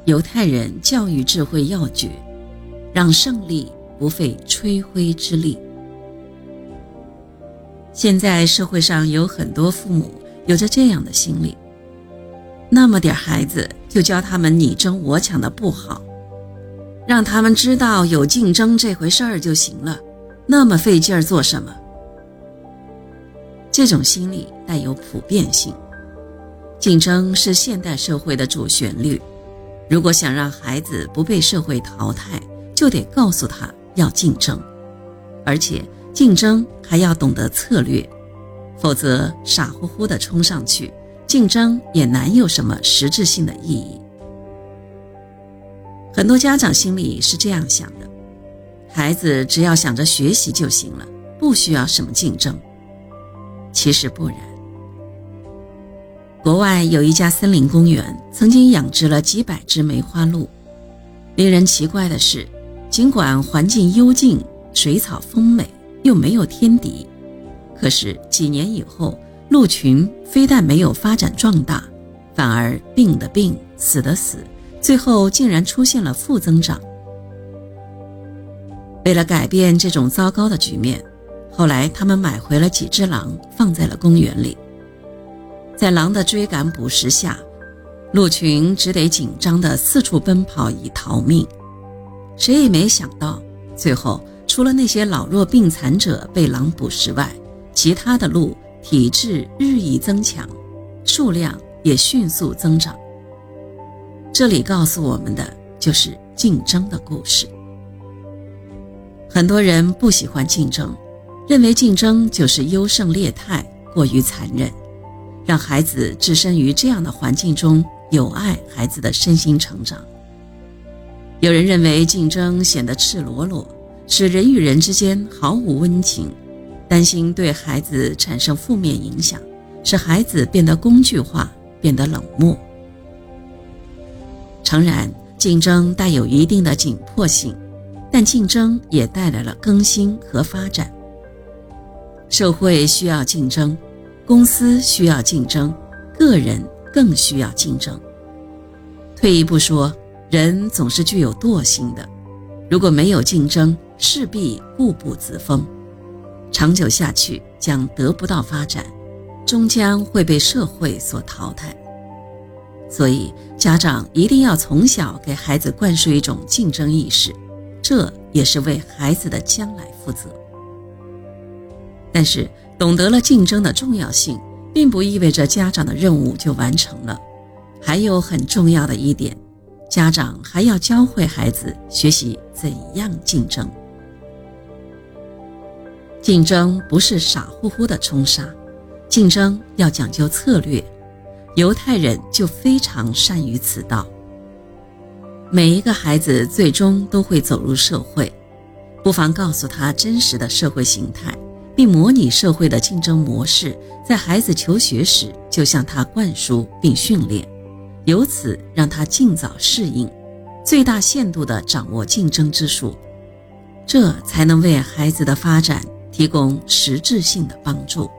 犹太人教育智慧要诀，让胜利不费吹灰之力。现在社会上有很多父母有着这样的心理，那么点孩子就教他们你争我抢的不好，让他们知道有竞争这回事儿就行了，那么费劲儿做什么？这种心理带有普遍性，竞争是现代社会的主旋律，如果想让孩子不被社会淘汰，就得告诉他要竞争，而且竞争还要懂得策略，否则傻乎乎地冲上去，竞争也难有什么实质性的意义。很多家长心里是这样想的，孩子只要想着学习就行了，不需要什么竞争。其实不然，国外有一家森林公园曾经养殖了几百只梅花鹿。令人奇怪的是，尽管环境幽静，水草丰美，又没有天敌，可是几年以后，鹿群非但没有发展壮大，反而病的病，死的死，最后竟然出现了负增长。为了改变这种糟糕的局面，后来他们买回了几只狼，放在了公园里。在狼的追赶捕食下，鹿群只得紧张地四处奔跑以逃命。谁也没想到，最后除了那些老弱病残者被狼捕食外，其他的鹿体质日益增强，数量也迅速增长。这里告诉我们的就是竞争的故事。很多人不喜欢竞争，认为竞争就是优胜劣汰，过于残忍，让孩子置身于这样的环境中，有碍孩子的身心成长。有人认为竞争显得赤裸裸，使人与人之间毫无温情，担心对孩子产生负面影响，使孩子变得工具化，变得冷漠。诚然，竞争带有一定的紧迫性，但竞争也带来了更新和发展。社会需要竞争，公司需要竞争，个人更需要竞争。退一步说，人总是具有惰性的，如果没有竞争，势必固步自封，长久下去将得不到发展，终将会被社会所淘汰。所以家长一定要从小给孩子灌输一种竞争意识，这也是为孩子的将来负责。但是懂得了竞争的重要性，并不意味着家长的任务就完成了。还有很重要的一点，家长还要教会孩子学习怎样竞争。竞争不是傻乎乎的冲杀，竞争要讲究策略，犹太人就非常善于此道。每一个孩子最终都会走入社会，不妨告诉他真实的社会形态，并模拟社会的竞争模式，在孩子求学时就向他灌输并训练，由此让他尽早适应，最大限度地掌握竞争之术，这才能为孩子的发展提供实质性的帮助。